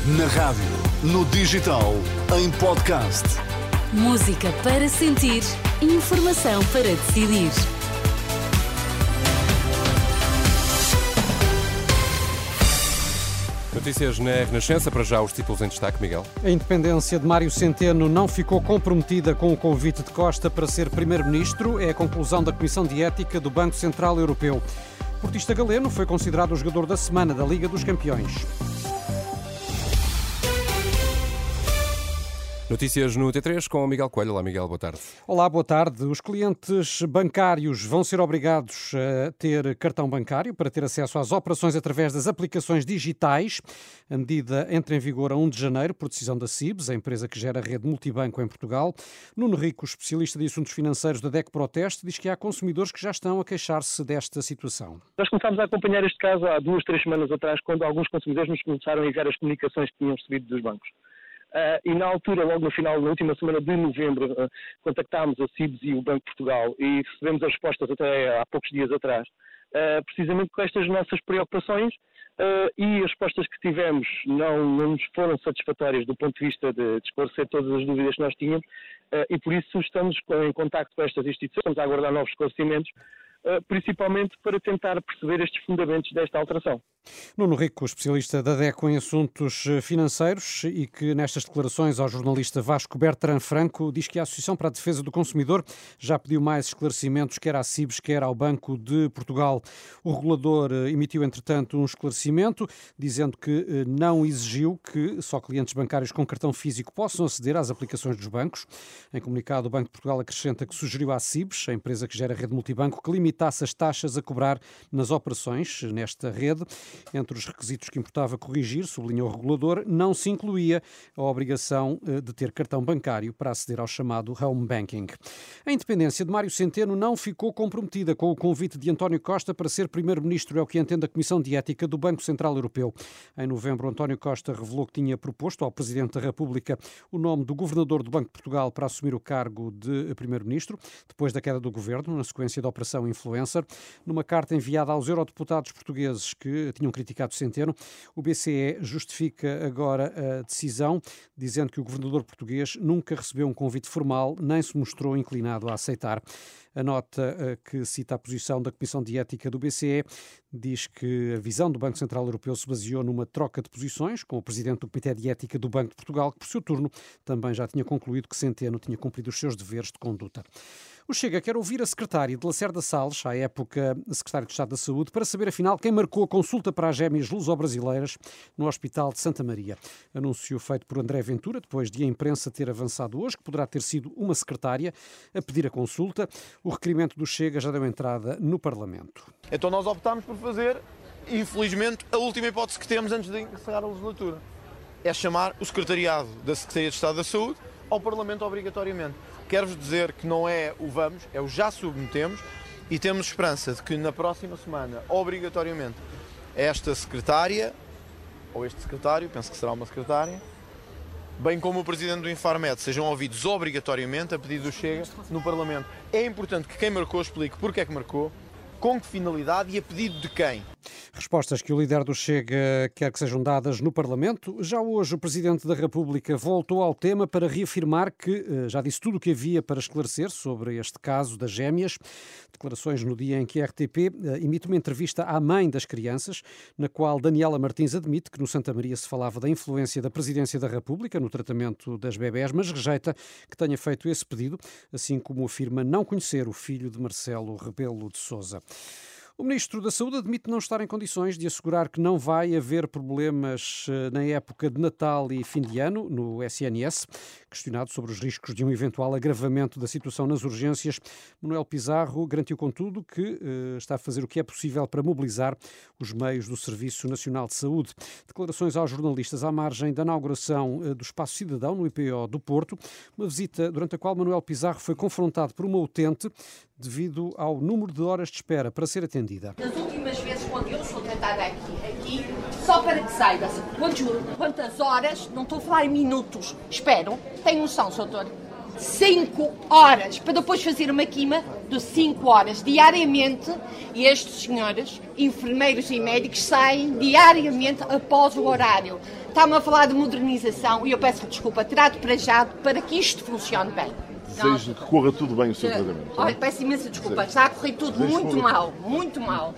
Na rádio, no digital, em podcast. Música para sentir, informação para decidir. Notícias na Renascença, para já os títulos em destaque, Miguel. A independência de Mário Centeno não ficou comprometida com o convite de Costa para ser primeiro-ministro. É a conclusão da Comissão de Ética do Banco Central Europeu. O portista Galeno foi considerado o jogador da semana da Liga dos Campeões. Notícias no T3 com o Miguel Coelho. Olá, Miguel, boa tarde. Olá, boa tarde. Os clientes bancários vão ser obrigados a ter cartão bancário para ter acesso às operações através das aplicações digitais. A medida entra em vigor a 1 de janeiro por decisão da CIBS, a empresa que gera a rede multibanco em Portugal. Nuno Rico, especialista de assuntos financeiros da DECO Proteste, diz que há consumidores que já estão a queixar-se desta situação. Nós começámos a acompanhar este caso há 2-3 semanas atrás, quando alguns consumidores nos começaram a enviar as comunicações que tinham recebido dos bancos. E na altura, logo no final da última semana de novembro, contactámos a CIBS e o Banco de Portugal e recebemos as respostas até há poucos dias atrás, precisamente com estas nossas preocupações, e as respostas que tivemos não nos foram satisfatórias do ponto de vista de esclarecer todas as dúvidas que nós tínhamos, e por isso estamos em contacto com estas instituições, estamos a aguardar novos esclarecimentos, principalmente para tentar perceber estes fundamentos desta alteração. Nuno Rico, especialista da DECO em assuntos financeiros e que nestas declarações ao jornalista Vasco Bertrand Franco diz que a Associação para a Defesa do Consumidor já pediu mais esclarecimentos, quer à CIBS, quer ao Banco de Portugal. O regulador emitiu, entretanto, um esclarecimento dizendo que não exigiu que só clientes bancários com cartão físico possam aceder às aplicações dos bancos. Em comunicado, o Banco de Portugal acrescenta que sugeriu à CIBS, a empresa que gera a rede multibanco, que limitasse as taxas a cobrar nas operações nesta rede. Entre os requisitos que importava corrigir, sublinhou o regulador, não se incluía a obrigação de ter cartão bancário para aceder ao chamado home banking. A independência de Mário Centeno não ficou comprometida com o convite de António Costa para ser primeiro-ministro, é o que entende a Comissão de Ética do Banco Central Europeu. Em novembro, António Costa revelou que tinha proposto ao Presidente da República o nome do governador do Banco de Portugal para assumir o cargo de primeiro-ministro, depois da queda do governo, na sequência da Operação Influencer. Numa carta enviada aos eurodeputados portugueses que tinham criticado Centeno, o BCE justifica agora a decisão, dizendo que o governador português nunca recebeu um convite formal, nem se mostrou inclinado a aceitar. A nota que cita a posição da Comissão de Ética do BCE diz que a visão do Banco Central Europeu se baseou numa troca de posições com o Presidente do Comitê de Ética do Banco de Portugal, que por seu turno também já tinha concluído que Centeno tinha cumprido os seus deveres de conduta. O Chega quer ouvir a secretária de Lacerda Salles, à época secretária de Estado da Saúde, para saber afinal quem marcou a consulta para as gêmeas luso-brasileiras no Hospital de Santa Maria. Anúncio feito por André Ventura, depois de a imprensa ter avançado hoje, que poderá ter sido uma secretária a pedir a consulta. O requerimento do Chega já deu entrada no Parlamento. Então nós optámos por fazer, infelizmente, a última hipótese que temos antes de encerrar a legislatura. É chamar o secretariado da Secretaria de Estado da Saúde ao Parlamento obrigatoriamente. Quero-vos dizer que não é o vamos, é o já submetemos e temos esperança de que na próxima semana, obrigatoriamente, esta secretária, ou este secretário, penso que será uma secretária, bem como o Presidente do Infarmed, sejam ouvidos obrigatoriamente a pedido do Chega no Parlamento. É importante que quem marcou explique porque é que marcou, com que finalidade e a pedido de quem. Respostas que o líder do Chega quer que sejam dadas no Parlamento. Já hoje o Presidente da República voltou ao tema para reafirmar que já disse tudo o que havia para esclarecer sobre este caso das gêmeas. Declarações no dia em que a RTP emite uma entrevista à mãe das crianças, na qual Daniela Martins admite que no Santa Maria se falava da influência da Presidência da República no tratamento das bebés, mas rejeita que tenha feito esse pedido, assim como afirma não conhecer o filho de Marcelo Rebelo de Sousa. O Ministro da Saúde admite não estar em condições de assegurar que não vai haver problemas na época de Natal e fim de ano no SNS. Questionado sobre os riscos de um eventual agravamento da situação nas urgências, Manuel Pizarro garantiu, contudo, que está a fazer o que é possível para mobilizar os meios do Serviço Nacional de Saúde. Declarações aos jornalistas à margem da inauguração do Espaço Cidadão no IPO do Porto, uma visita durante a qual Manuel Pizarro foi confrontado por uma utente devido ao número de horas de espera para ser atendida. Das últimas vezes, quando eu sou tratada aqui, só para que saiba-se quantas horas, não estou a falar em minutos, espero, tem noção, Sr. Doutor? 5 horas, para depois fazer uma quima de 5 horas diariamente, e estes senhores, enfermeiros e médicos, saem diariamente após o horário. Está-me a falar de modernização e eu peço desculpa, trato para já para que isto funcione bem. Desejo que corra tudo bem o seu tratamento. Olha, peço imensa desculpa, está a correr tudo muito mal, muito mal.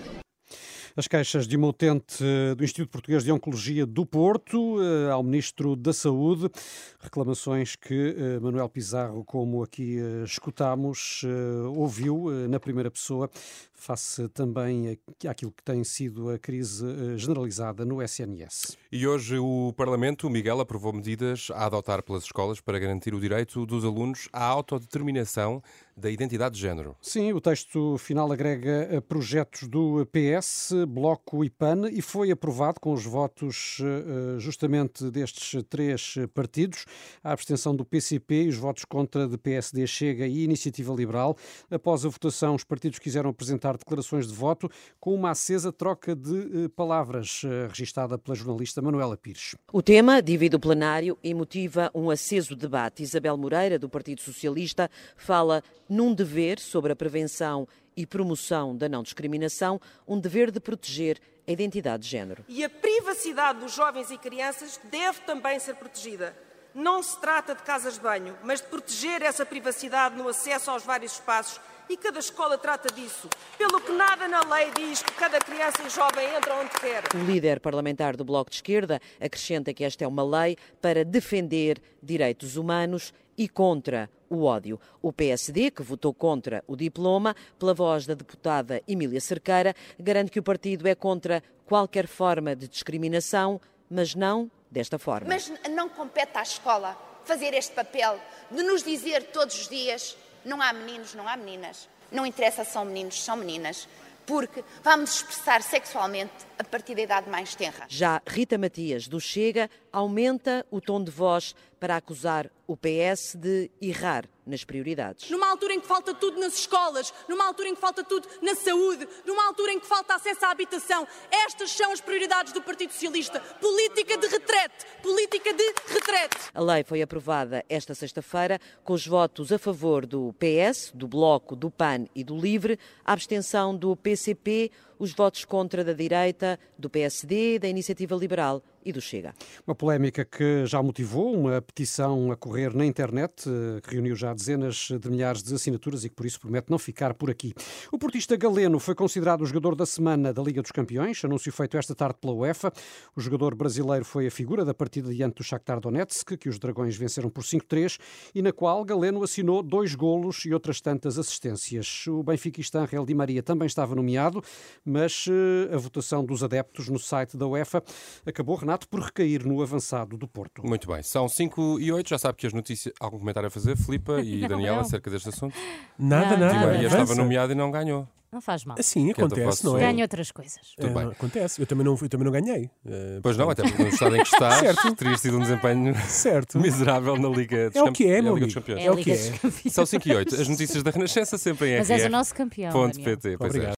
As queixas de uma utente do Instituto Português de Oncologia do Porto ao Ministro da Saúde, reclamações que Manuel Pizarro, como aqui escutámos, ouviu na primeira pessoa, face também àquilo que tem sido a crise generalizada no SNS. E hoje o Parlamento, Miguel, aprovou medidas a adotar pelas escolas para garantir o direito dos alunos à autodeterminação da identidade de género. Sim, o texto final agrega projetos do PS, Bloco e PAN e foi aprovado com os votos justamente destes 3 partidos, a abstenção do PCP e os votos contra de PSD, Chega e Iniciativa Liberal. Após a votação, os partidos quiseram apresentar declarações de voto com uma acesa troca de palavras, registada pela jornalista Manuela Pires. O tema divide o plenário e motiva um aceso debate. Isabel Moreira, do Partido Socialista, fala num dever sobre a prevenção e promoção da não discriminação, um dever de proteger a identidade de género. E a privacidade dos jovens e crianças deve também ser protegida. Não se trata de casas de banho, mas de proteger essa privacidade no acesso aos vários espaços, e cada escola trata disso, pelo que nada na lei diz que cada criança e jovem entra onde quer. O líder parlamentar do Bloco de Esquerda acrescenta que esta é uma lei para defender direitos humanos e contra o ódio. O PSD, que votou contra o diploma, pela voz da deputada Emília Cerqueira, garante que o partido é contra qualquer forma de discriminação, mas não desta forma. Mas não compete à escola fazer este papel de nos dizer todos os dias: não há meninos, não há meninas, não interessa se são meninos, são meninas, porque vamos expressar sexualmente a partir da idade mais tenra. Já Rita Matias, do Chega, aumenta o tom de voz para acusar o PS de errar nas prioridades. Numa altura em que falta tudo nas escolas, numa altura em que falta tudo na saúde, numa altura em que falta acesso à habitação, estas são as prioridades do Partido Socialista. Política de retrete, política de retrete. A lei foi aprovada esta sexta-feira com os votos a favor do PS, do Bloco, do PAN e do LIVRE, a abstenção do PCP, os votos contra da direita, do PSD, da Iniciativa Liberal e do Chega. Uma polémica que já motivou uma petição a correr na internet, que reuniu já dezenas de milhares de assinaturas e que por isso promete não ficar por aqui. O portista Galeno foi considerado o jogador da semana da Liga dos Campeões, anúncio feito esta tarde pela UEFA. O jogador brasileiro foi a figura da partida diante do Shakhtar Donetsk, que os Dragões venceram por 5-3 e na qual Galeno assinou 2 golos e outras tantas assistências. O benfiquista Ángel Di Maria também estava nomeado, mas a votação dos adeptos no site da UEFA acabou, Renato, por recair no avançado do Porto. Muito bem, são 5:08, já sabe que as notícias... Algum comentário a fazer, Filipa e Daniela, acerca deste assunto? Nada. Di Maria estava nomeado e não ganhou. Não faz mal. Assim, acontece, não é? Ganha outras coisas. Tudo bem. Acontece. Eu também não ganhei. Pois não, até porque no estado em que estás, terias tido um desempenho miserável na Liga dos Campeões. É o que é, meu amigo. É o que é. São 5:08. As notícias da Renascença sempre em Mas és o nosso campeão. .pt. Obrigado.